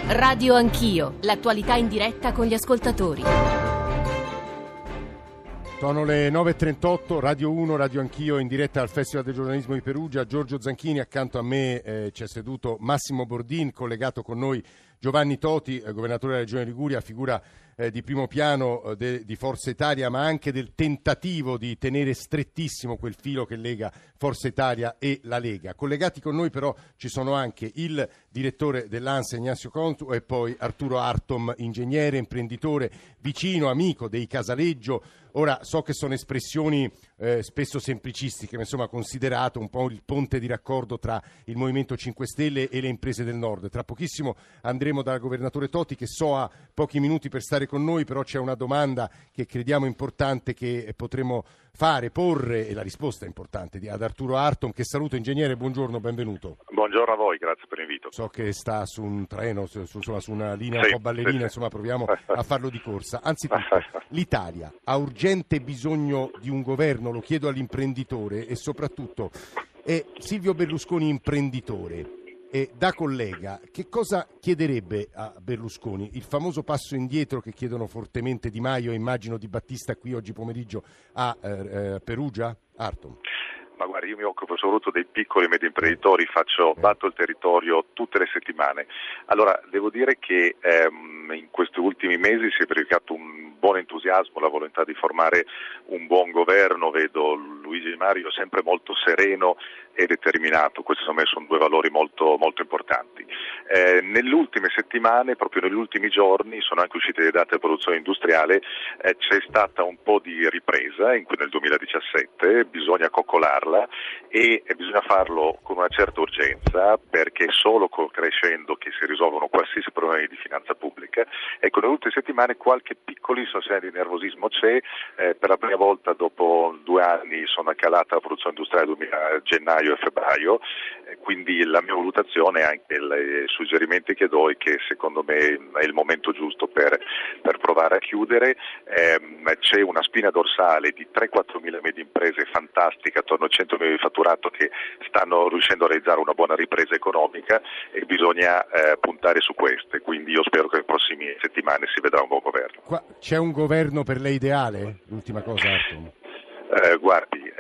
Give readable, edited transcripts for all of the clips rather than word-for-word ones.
Radio Anch'io, l'attualità in diretta con gli ascoltatori. Sono le 9.38, Radio 1, Radio Anch'io in diretta al Festival del Giornalismo di Perugia. Giorgio Zanchini, accanto a me c'è seduto Massimo Bordin, collegato con noi Giovanni Toti, governatore della Regione Liguria, figura di primo piano di Forza Italia, ma anche del tentativo di tenere strettissimo quel filo che lega Forza Italia e la Lega. Collegati con noi però ci sono anche il direttore dell'ANSA Ignazio Contu e poi Arturo Artom, ingegnere, imprenditore, vicino, amico dei Casaleggio. Ora so che sono espressioni spesso semplicistiche, ma insomma considerato un po' il ponte di raccordo tra il Movimento 5 Stelle e le imprese del Nord. Tra pochissimo andremo dal governatore Toti, che so ha pochi minuti per stare con noi, però c'è una domanda che crediamo importante che potremo porre, e la risposta è importante, ad Arturo Artom, che saluto. Ingegnere, buongiorno, benvenuto. Buongiorno a voi, grazie per l'invito. So che sta su un treno, su una linea un po' ballerina, insomma proviamo a farlo di corsa. Anzitutto, l'Italia ha urgente bisogno di un governo, lo chiedo all'imprenditore, e soprattutto Silvio Berlusconi imprenditore. E da collega, che cosa chiederebbe a Berlusconi? Il famoso passo indietro che chiedono fortemente Di Maio e immagino Di Battista qui oggi pomeriggio a Perugia? Artom. Ma guarda, io mi occupo soprattutto dei piccoli e medi imprenditori, batto il territorio tutte le settimane. Allora, devo dire che in questi ultimi mesi si è verificato un buon entusiasmo, la volontà di formare un buon governo. Vedo Luigi Di Maio sempre molto sereno e determinato. Questi secondo me sono due valori molto, molto importanti. Nelle ultime settimane, proprio negli ultimi giorni, sono anche uscite le date della produzione industriale, c'è stata un po' di ripresa nel 2017, bisogna coccolarla e bisogna farlo con una certa urgenza, perché solo crescendo che si risolvono qualsiasi problemi di finanza pubblica. Ecco, nelle ultime settimane qualche piccolissimo segno di nervosismo c'è, per la prima volta dopo 2 anni sono calata la produzione industriale gennaio e febbraio, quindi la mia valutazione, anche i suggerimenti che do, è che secondo me è il momento giusto per provare a chiudere. C'è una spina dorsale di 3-4 mila medie imprese fantastica, attorno a 100 milioni di fatturato, che stanno riuscendo a realizzare una buona ripresa economica e bisogna puntare su queste, quindi io spero che nelle prossime settimane si vedrà un buon governo. C'è un governo per lei ideale? L'ultima cosa, Artom. Guardi,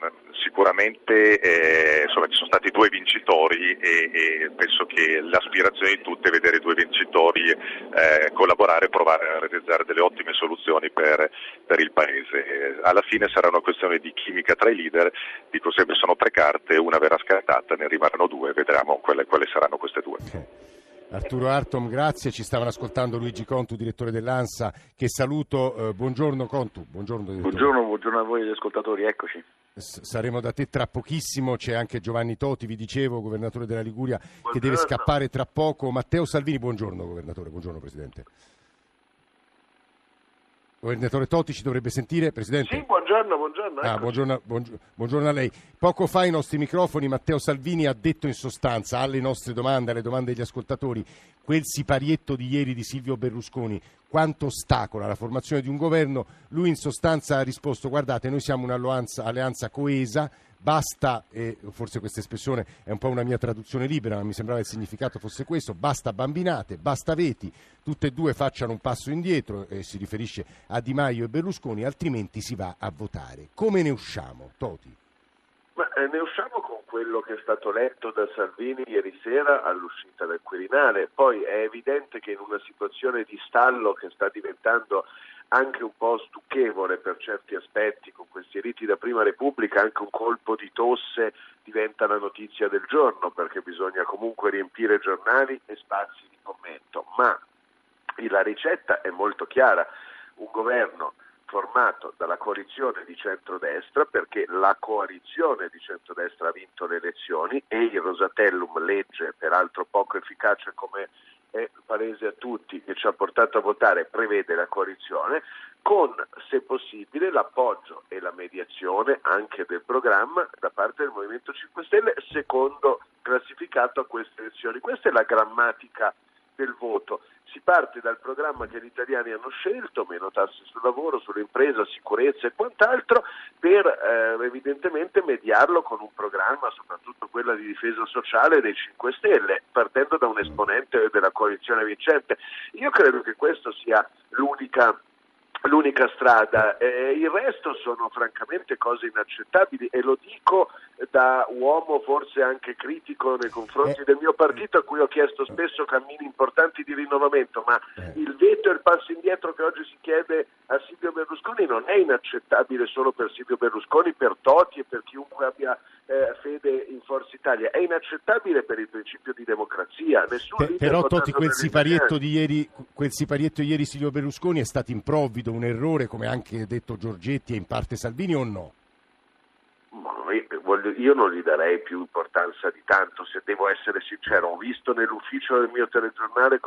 sicuramente insomma, ci sono stati 2 vincitori e penso che l'aspirazione di tutti è vedere i 2 vincitori collaborare e provare a realizzare delle ottime soluzioni per il Paese. Alla fine sarà una questione di chimica tra i leader, dico sempre sono 3 carte, una verrà scartata, ne rimarranno 2, vedremo quali saranno queste 2. Arturo Artom, grazie. Ci stavano ascoltando Luigi Contu, direttore dell'ANSA, che saluto. Buongiorno Contu. Buongiorno a voi gli ascoltatori, eccoci. Saremo da te tra pochissimo. C'è anche Giovanni Toti, vi dicevo, governatore della Liguria, che deve scappare tra poco. Matteo Salvini, buongiorno governatore, buongiorno Presidente. Governatore Toti ci dovrebbe sentire, Presidente? Sì, buongiorno. Buongiorno a lei. Poco fa ai nostri microfoni Matteo Salvini ha detto in sostanza alle nostre domande, alle domande degli ascoltatori, quel siparietto di ieri di Silvio Berlusconi quanto ostacola la formazione di un governo. Lui in sostanza ha risposto: guardate, noi siamo un'alleanza coesa, basta, e forse questa espressione è un po' una mia traduzione libera, ma mi sembrava il significato fosse questo: basta bambinate, basta veti, tutte e 2 facciano un passo indietro, e si riferisce a Di Maio e Berlusconi, altrimenti si va a votare. Come ne usciamo, Toti? Ne usciamo con quello che è stato letto da Salvini ieri sera all'uscita del Quirinale. Poi è evidente che in una situazione di stallo che sta diventando anche un po' stucchevole per certi aspetti, con questi riti da Prima Repubblica, anche un colpo di tosse diventa la notizia del giorno, perché bisogna comunque riempire giornali e spazi di commento. Ma la ricetta è molto chiara: un governo formato dalla coalizione di centrodestra, perché la coalizione di centrodestra ha vinto le elezioni e il Rosatellum, legge peraltro poco efficace come è palese a tutti, che ci ha portato a votare, prevede la coalizione, con, se possibile, l'appoggio e la mediazione anche del programma da parte del Movimento 5 Stelle, secondo classificato a queste elezioni. Questa è la grammatica del voto. Si parte dal programma che gli italiani hanno scelto, meno tasse sul lavoro, sull'impresa, sicurezza e quant'altro, per evidentemente mediarlo con un programma, soprattutto quella di difesa sociale dei 5 Stelle, partendo da un esponente della coalizione vincente. Io credo che questo sia l'unica strada, il resto sono francamente cose inaccettabili, e lo dico da uomo forse anche critico nei confronti del mio partito, a cui ho chiesto spesso cammini importanti di rinnovamento, ma il veto e il passo indietro che oggi si chiede a Silvio Berlusconi non è inaccettabile solo per Silvio Berlusconi, per Toti e per chiunque abbia fede in Forza Italia, è inaccettabile per il principio di democrazia. Però Toti, quel siparietto ieri Silvio Berlusconi è stato improvvido, un errore, come anche detto Giorgetti e in parte Salvini, o no? Io non gli darei più importanza di tanto, se devo essere sincero. Ho visto nell'ufficio del mio telegiornale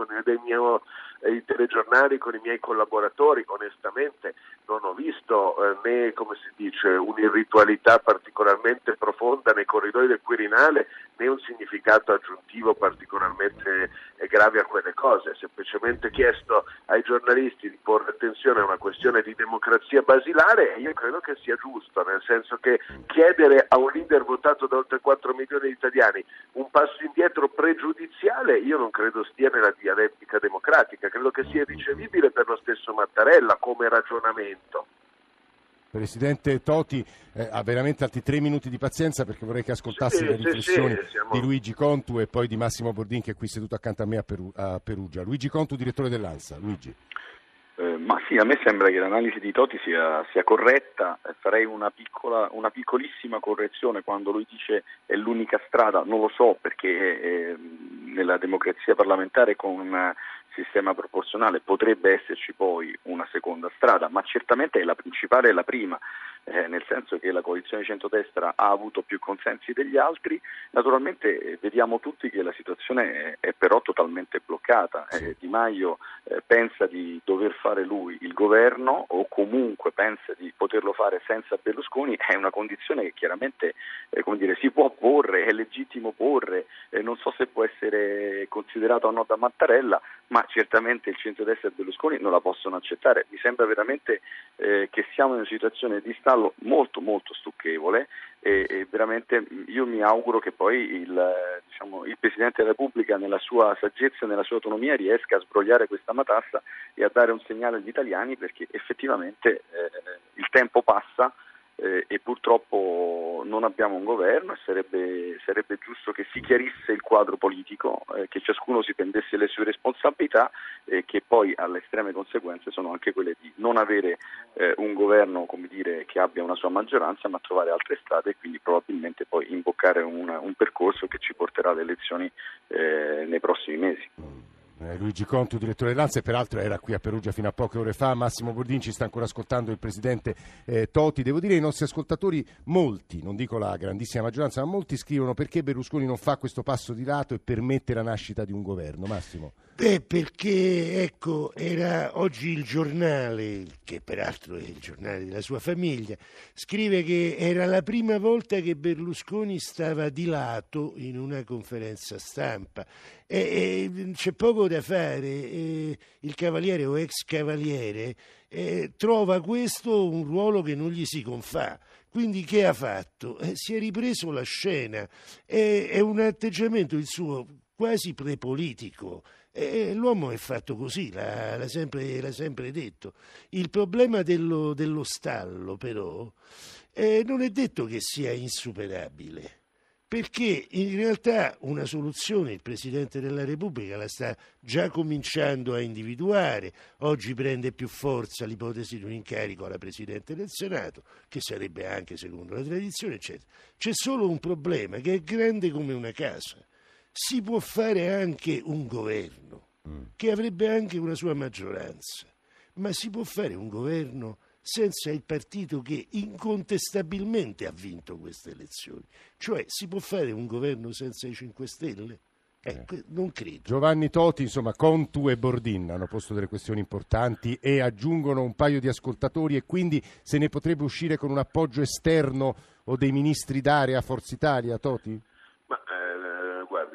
i telegiornali con i miei collaboratori, onestamente non ho visto né, come si dice, un'irritualità particolarmente profonda nei corridoi del Quirinale, né un significato aggiuntivo particolarmente grave a quelle cose. Semplicemente chiesto ai giornalisti di porre attenzione a una questione di democrazia basilare, e io credo che sia giusto, nel senso che chiedere a un leader votato da oltre 4 milioni di italiani un passo indietro pregiudiziale, io non credo stia nella dialettica democratica, credo che sia ricevibile per lo stesso Mattarella come ragionamento. Presidente Toti, ha veramente altri 3 minuti di pazienza, perché vorrei che ascoltassi le riflessioni di Luigi Contu e poi di Massimo Bordin, che è qui seduto accanto a me a Perugia. Luigi Contu, direttore dell'ANSA. Luigi. Ma sì, a me sembra che l'analisi di Toti sia corretta. Farei una piccolissima correzione quando lui dice è l'unica strada. Non lo so, perché nella democrazia parlamentare con un sistema proporzionale potrebbe esserci poi una seconda strada, ma certamente è la principale e la prima, nel senso che la coalizione centrodestra ha avuto più consensi degli altri. Naturalmente vediamo tutti che la situazione è però totalmente bloccata. Di Maio pensa di dover fare lui il governo, o comunque pensa di poterlo fare senza Berlusconi. È una condizione che chiaramente si può porre, è legittimo porre, non so se può essere considerato o no da Mattarella, ma certamente il centrodestra e Berlusconi non la possono accettare. Mi sembra veramente che siamo in una situazione di stallo molto molto stucchevole, e veramente io mi auguro che poi il Presidente della Repubblica, nella sua saggezza e nella sua autonomia, riesca a sbrogliare questa matassa e a dare un segnale agli italiani, perché effettivamente il tempo passa e purtroppo non abbiamo un governo, e sarebbe giusto che si chiarisse il quadro politico, che ciascuno si prendesse le sue responsabilità, e che poi alle estreme conseguenze sono anche quelle di non avere un governo, che abbia una sua maggioranza, ma trovare altre strade, e quindi probabilmente poi imboccare un percorso che ci porterà alle elezioni nei prossimi mesi. Luigi Contu, direttore dell'ANSA, e peraltro era qui a Perugia fino a poche ore fa. Massimo Bordin ci sta ancora ascoltando, il presidente Toti. Devo dire, i nostri ascoltatori, molti, non dico la grandissima maggioranza, ma molti scrivono: perché Berlusconi non fa questo passo di lato e permette la nascita di un governo? Massimo? Perché era oggi il Giornale, che peraltro è il giornale della sua famiglia, scrive che era la prima volta che Berlusconi stava di lato in una conferenza stampa, e c'è poco da fare. Il cavaliere o ex cavaliere trova questo un ruolo che non gli si confà. Quindi che ha fatto? Si è ripreso la scena, è un atteggiamento il suo quasi prepolitico. L'uomo è fatto così, l'ha sempre detto. Il problema dello stallo, però, non è detto che sia insuperabile, perché in realtà una soluzione il Presidente della Repubblica la sta già cominciando a individuare. Oggi prende più forza l'ipotesi di un incarico alla Presidente del Senato, che sarebbe anche secondo la tradizione, eccetera. C'è solo un problema che è grande come una casa. Si può fare anche un governo che avrebbe anche una sua maggioranza, ma si può fare un governo senza il partito che incontestabilmente ha vinto queste elezioni. Cioè, si può fare un governo senza i 5 Stelle? Non credo. Giovanni Toti, Contu e Bordin hanno posto delle questioni importanti e aggiungono un paio di ascoltatori, e quindi se ne potrebbe uscire con un appoggio esterno o dei ministri d'area a Forza Italia, Toti?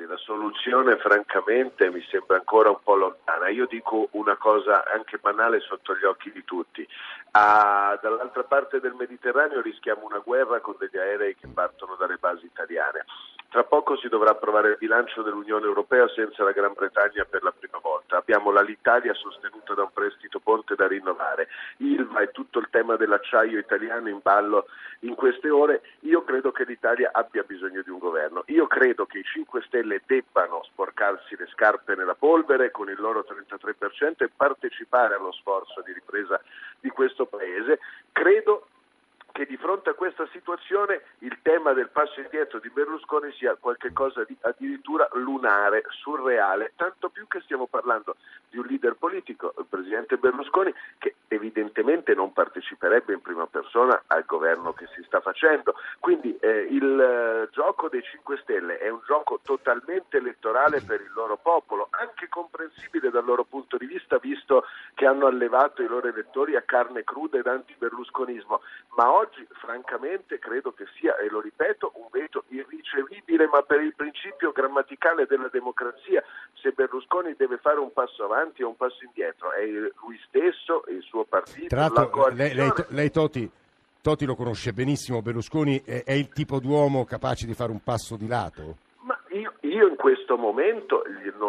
la soluzione francamente mi sembra ancora un po' lontana. Io dico una cosa anche banale sotto gli occhi di tutti. Dall'altra parte del Mediterraneo rischiamo una guerra con degli aerei che partono dalle basi italiane. Tra poco si dovrà approvare il bilancio dell'Unione Europea senza la Gran Bretagna per la prima volta. Abbiamo l'Italia sostenuta da un prestito ponte da rinnovare. Ilva e tutto il tema dell'acciaio italiano in ballo in queste ore. Io credo che l'Italia abbia bisogno di un governo. Io credo che i 5 Stelle debbano sporcarsi le scarpe nella polvere con il loro 33% e partecipare allo sforzo di ripresa di questo Paese. Credo che di fronte a questa situazione il tema del passo indietro di Berlusconi sia qualcosa di addirittura lunare, surreale, tanto più che stiamo parlando di un leader politico, il presidente Berlusconi, che evidentemente non parteciperebbe in prima persona al governo che si sta facendo. Quindi il gioco dei 5 Stelle è un gioco totalmente elettorale per il loro popolo, anche comprensibile dal loro punto di vista, visto che hanno allevato i loro elettori a carne cruda ed anti-berlusconismo, ma oggi francamente credo che sia, e lo ripeto, un veto irricevibile, ma per il principio grammaticale della democrazia. Se Berlusconi deve fare un passo avanti o un passo indietro, è lui stesso e il suo partito. Tra l'altro, lei Toti lo conosce benissimo, Berlusconi è il tipo d'uomo capace di fare un passo di lato? Ma io in questo momento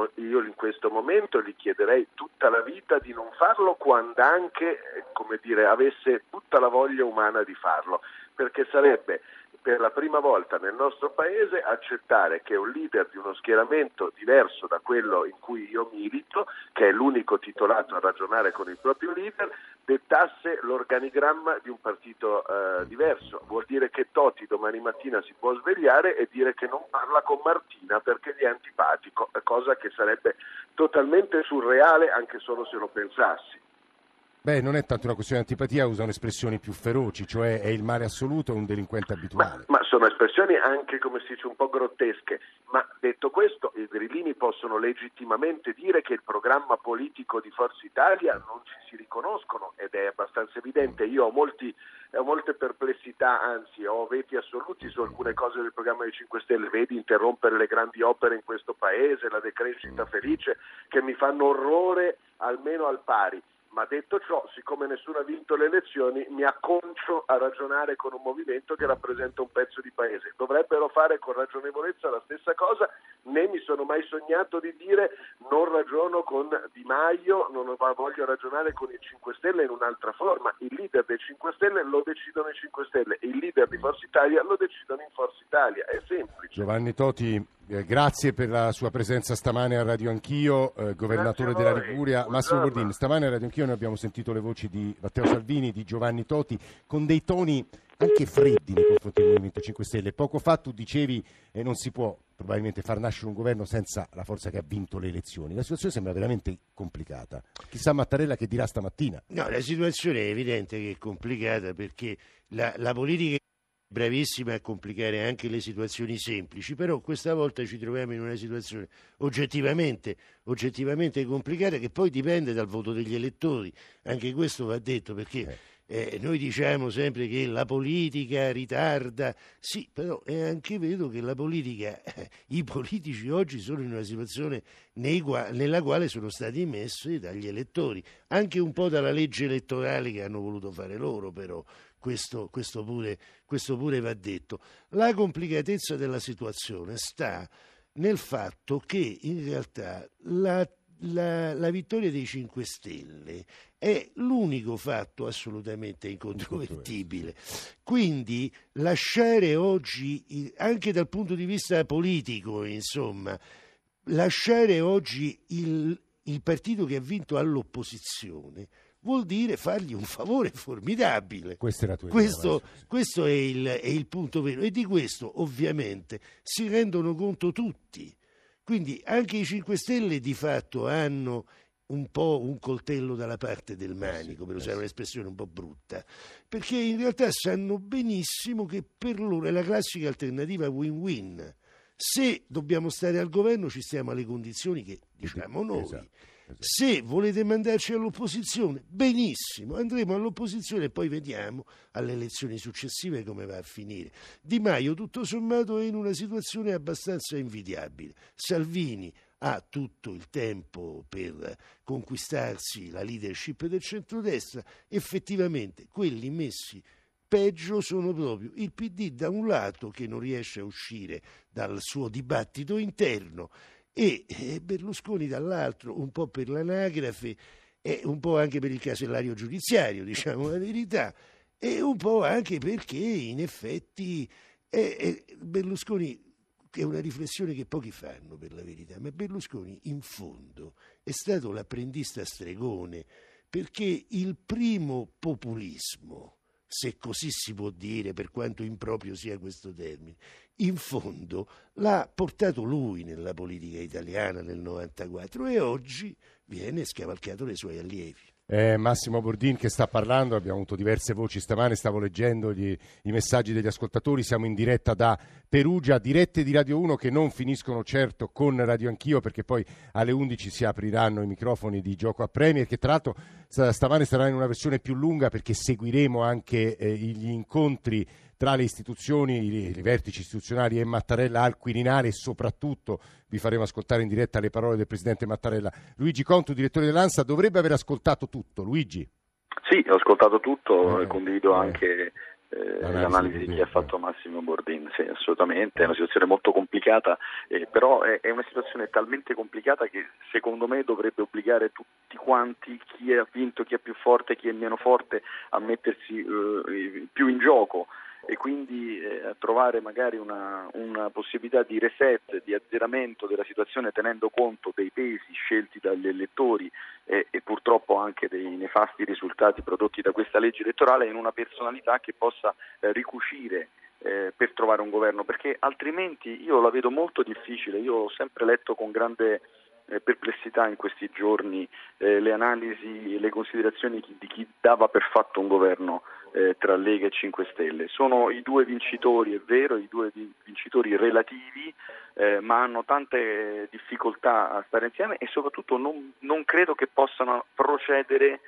gli chiederei tutta la vita di non farlo, quando anche, avesse tutta la voglia umana di farlo, perché sarebbe per la prima volta nel nostro paese accettare che un leader di uno schieramento diverso da quello in cui io milito, che è l'unico titolato a ragionare con il proprio leader, dettasse l'organigramma di un partito diverso. Vuol dire che Toti domani mattina si può svegliare e dire che non parla con Martina perché gli è antipatico, cosa che sarebbe totalmente surreale anche solo se lo pensassi. Beh, non è tanto una questione di antipatia, usano espressioni più feroci, cioè è il male assoluto o un delinquente abituale. Ma sono espressioni anche, come si dice, un po' grottesche. Ma detto questo, i grillini possono legittimamente dire che il programma politico di Forza Italia non ci si riconoscono, ed è abbastanza evidente. Io ho molte perplessità, anzi ho veti assoluti su alcune cose del programma dei 5 Stelle, vedi interrompere le grandi opere in questo paese, la decrescita felice, che mi fanno orrore almeno al pari. Ma detto ciò, siccome nessuno ha vinto le elezioni, mi acconcio a ragionare con un movimento che rappresenta un pezzo di paese. Dovrebbero fare con ragionevolezza la stessa cosa, né mi sono mai sognato di dire non ragiono con Di Maio, non voglio ragionare con i 5 Stelle in un'altra forma. Il leader dei 5 Stelle lo decidono i 5 Stelle, il leader di Forza Italia lo decidono in Forza Italia, è semplice. Giovanni Toti, grazie per la sua presenza stamane a Radio Anch'io, governatore della Liguria. Massimo Bordin, stamane a Radio Anch'io noi abbiamo sentito le voci di Matteo Salvini, di Giovanni Toti, con dei toni anche freddi nei confronti del Movimento 5 Stelle. Poco fa tu dicevi non si può probabilmente far nascere un governo senza la forza che ha vinto le elezioni. La situazione sembra veramente complicata. Chissà Mattarella che dirà stamattina. No, la situazione è evidente che è complicata, perché la politica è bravissima a complicare anche le situazioni semplici, però questa volta ci troviamo in una situazione oggettivamente complicata, che poi dipende dal voto degli elettori. Anche questo va detto, perché noi diciamo sempre che la politica ritarda, sì, però è anche vero che la politica, i politici oggi sono in una situazione nella quale sono stati messi dagli elettori, anche un po' dalla legge elettorale che hanno voluto fare loro, però questo pure va detto. La complicatezza della situazione sta nel fatto che in realtà la vittoria dei 5 Stelle è l'unico fatto assolutamente incontrovertibile. Quindi lasciare oggi, anche dal punto di vista politico, insomma, lasciare oggi il partito che ha vinto all'opposizione vuol dire fargli un favore formidabile. Questa è la tua questo è il punto vero, e di questo ovviamente si rendono conto tutti. Quindi anche i 5 Stelle di fatto hanno un po' un coltello dalla parte del manico, per usare un'espressione un po' brutta, perché in realtà sanno benissimo che per loro è la classica alternativa win-win. Se dobbiamo stare al governo ci stiamo alle condizioni che diciamo noi. Esatto. Se volete mandarci all'opposizione, benissimo, andremo all'opposizione e poi vediamo alle elezioni successive come va a finire. Di Maio, tutto sommato, è in una situazione abbastanza invidiabile. Salvini ha tutto il tempo per conquistarsi la leadership del centrodestra. Effettivamente quelli messi peggio sono proprio il PD da un lato, che non riesce a uscire dal suo dibattito interno, e Berlusconi dall'altro, un po' per l'anagrafe e un po' anche per il casellario giudiziario, diciamo la verità, e un po' anche perché in effetti Berlusconi, che è una riflessione che pochi fanno per la verità, ma Berlusconi in fondo è stato l'apprendista stregone, perché il primo populismo, se così si può dire, per quanto improprio sia questo termine, in fondo l'ha portato lui nella politica italiana nel 94 e oggi viene scavalcato dai suoi allievi. Massimo Bordin che sta parlando, abbiamo avuto diverse voci stamane, stavo leggendo i messaggi degli ascoltatori, siamo in diretta da Perugia, dirette di Radio 1 che non finiscono certo con Radio Anch'io, perché poi alle 11 si apriranno i microfoni di Gioco a Premier, che tra l'altro stamane sarà in una versione più lunga, perché seguiremo anche gli incontri tra le istituzioni, i vertici istituzionali e Mattarella al Quirinale, e soprattutto vi faremo ascoltare in diretta le parole del presidente Mattarella. Luigi Contu, direttore dell'ANSA, dovrebbe aver ascoltato tutto. Luigi? Sì, ho ascoltato tutto, condivido anche l'analisi che ha fatto Massimo Bordin. Sì, assolutamente, è una situazione molto complicata, però è una situazione talmente complicata che secondo me dovrebbe obbligare tutti quanti, chi ha vinto, chi è più forte, chi è meno forte, a mettersi più in gioco, e quindi a trovare magari una possibilità di reset, di azzeramento della situazione, tenendo conto dei pesi scelti dagli elettori e purtroppo anche dei nefasti risultati prodotti da questa legge elettorale, in una personalità che possa ricucire per trovare un governo, perché altrimenti io la vedo molto difficile. Io ho sempre letto con grande perplessità in questi giorni le analisi e le considerazioni di chi dava per fatto un governo tra Lega e 5 Stelle. Sono i due vincitori, è vero, i due vincitori relativi, ma hanno tante difficoltà a stare insieme e soprattutto non credo che possano procedere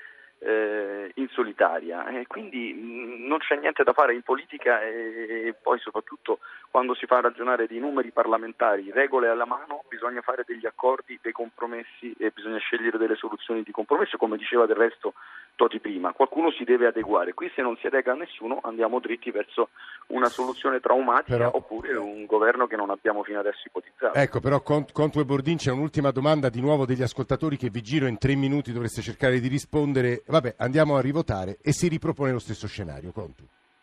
in solitaria, quindi non c'è niente da fare in politica, e poi soprattutto quando si fa ragionare di numeri parlamentari, regole alla mano, bisogna fare degli accordi, dei compromessi, e bisogna scegliere delle soluzioni di compromesso, come diceva del resto Toti prima. Qualcuno si deve adeguare, qui se non si adegua a nessuno andiamo dritti verso una soluzione traumatica, oppure un governo che non abbiamo fino adesso ipotizzato. Ecco, però Contu e Bordin, c'è un'ultima domanda di nuovo degli ascoltatori che vi giro in 3 minuti, dovreste cercare di rispondere. Vabbè, andiamo a rivotare e si ripropone lo stesso scenario, Contu.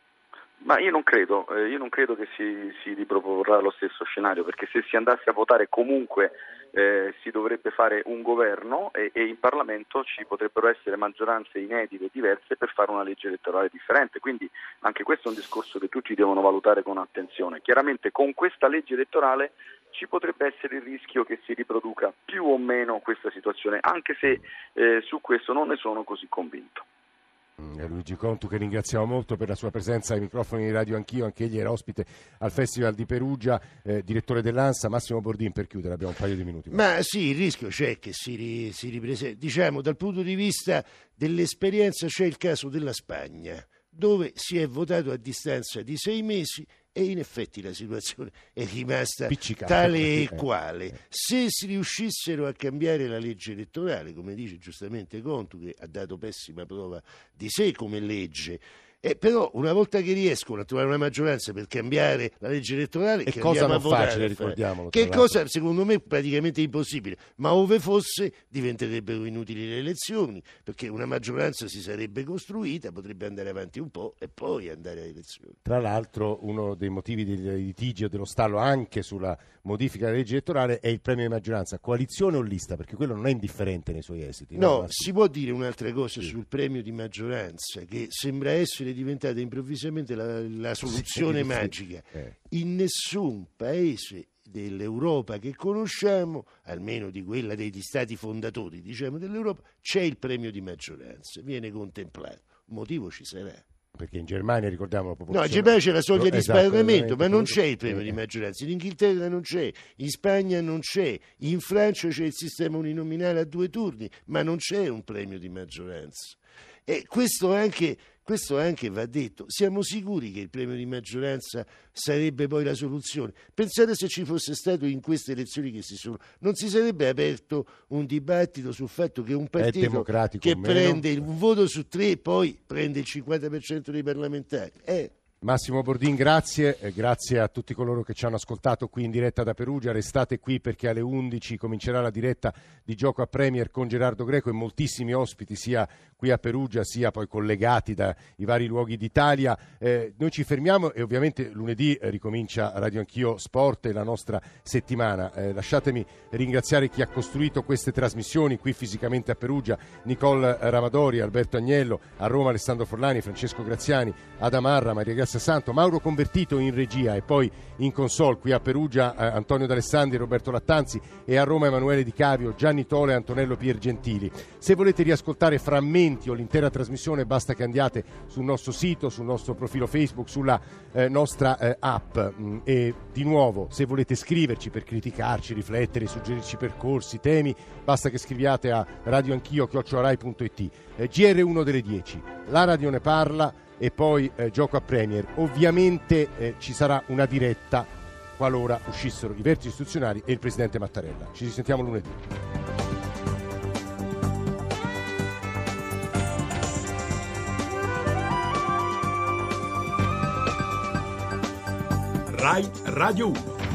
Ma io non credo che si riproporrà lo stesso scenario, perché se si andasse a votare comunque si dovrebbe fare un governo e in Parlamento ci potrebbero essere maggioranze inedite e diverse per fare una legge elettorale differente, quindi anche questo è un discorso che tutti devono valutare con attenzione. Chiaramente con questa legge elettorale ci potrebbe essere il rischio che si riproduca più o meno questa situazione, anche se su questo non ne sono così convinto. Luigi Contu, che ringraziamo molto per la sua presenza ai microfoni di Radio Anch'io, anche egli era ospite al Festival di Perugia, direttore dell'ANSA. Massimo Bordin, per chiudere, abbiamo un paio di minuti. Ma sì, il rischio c'è che si ripresenti. Diciamo, dal punto di vista dell'esperienza c'è il caso della Spagna, dove si è votato a distanza di 6 mesi e in effetti la situazione è rimasta tale e quale. Se si riuscissero a cambiare la legge elettorale, come dice giustamente Contu, che ha dato pessima prova di sé come legge, però una volta che riescono a trovare una maggioranza per cambiare la legge elettorale, è cosa non facile, ricordiamolo, che cosa secondo me praticamente impossibile, ma ove fosse diventerebbero inutili le elezioni, perché una maggioranza si sarebbe costruita, potrebbe andare avanti un po' e poi andare alle elezioni. Tra l'altro uno dei motivi del litigio dello stallo anche sulla modifica della legge elettorale è il premio di maggioranza, coalizione o lista, perché quello non è indifferente nei suoi esiti. No, si può dire un'altra cosa sul premio di maggioranza, che sembra essere diventata improvvisamente la soluzione magica. In nessun paese dell'Europa che conosciamo, almeno di quella degli stati fondatori, diciamo, dell'Europa, c'è il premio di maggioranza, viene contemplato. Un motivo ci sarà. perché in Germania, ricordiamo, la No, popolazione... in Germania c'è la soglia di sbarramento, ma non c'è il premio premio di maggioranza. In Inghilterra non c'è, in Spagna non c'è, in Francia c'è il sistema uninominale a 2 turni, ma non c'è un premio di maggioranza. E questo anche va detto. Siamo sicuri che il premio di maggioranza sarebbe poi la soluzione? Pensate se ci fosse stato in queste elezioni che si sono, non si sarebbe aperto un dibattito sul fatto che un partito che prende un voto su 3 poi prende il 50% dei parlamentari. Massimo Bordin, grazie a tutti coloro che ci hanno ascoltato qui in diretta da Perugia. Restate qui perché alle 11 comincerà la diretta di Gioco a Premier con Gerardo Greco e moltissimi ospiti sia qui a Perugia sia poi collegati dai vari luoghi d'Italia. Noi ci fermiamo e ovviamente lunedì ricomincia Radio Anch'io Sport e la nostra settimana. Lasciatemi ringraziare chi ha costruito queste trasmissioni qui fisicamente a Perugia: Nicole Ramadori, Alberto Agnello, a Roma Alessandro Forlani, Francesco Graziani, Ada Marra, Maria Grazia Santo, Mauro Convertito in regia e poi in console qui a Perugia Antonio D'Alessandri, Roberto Lattanzi, e a Roma Emanuele Di Cavio, Gianni Tole e Antonello Piergentili. Se volete riascoltare frammenti o l'intera trasmissione basta che andiate sul nostro sito, sul nostro profilo Facebook, sulla nostra app, e di nuovo se volete scriverci per criticarci, riflettere, suggerirci percorsi, temi, basta che scriviate a radioanchio@rai.it. GR1 delle 10, la radio ne parla e poi Gioco a Premier. Ovviamente ci sarà una diretta qualora uscissero i vertici istituzionali e il Presidente Mattarella. Ci risentiamo lunedì. Rai Radio 1.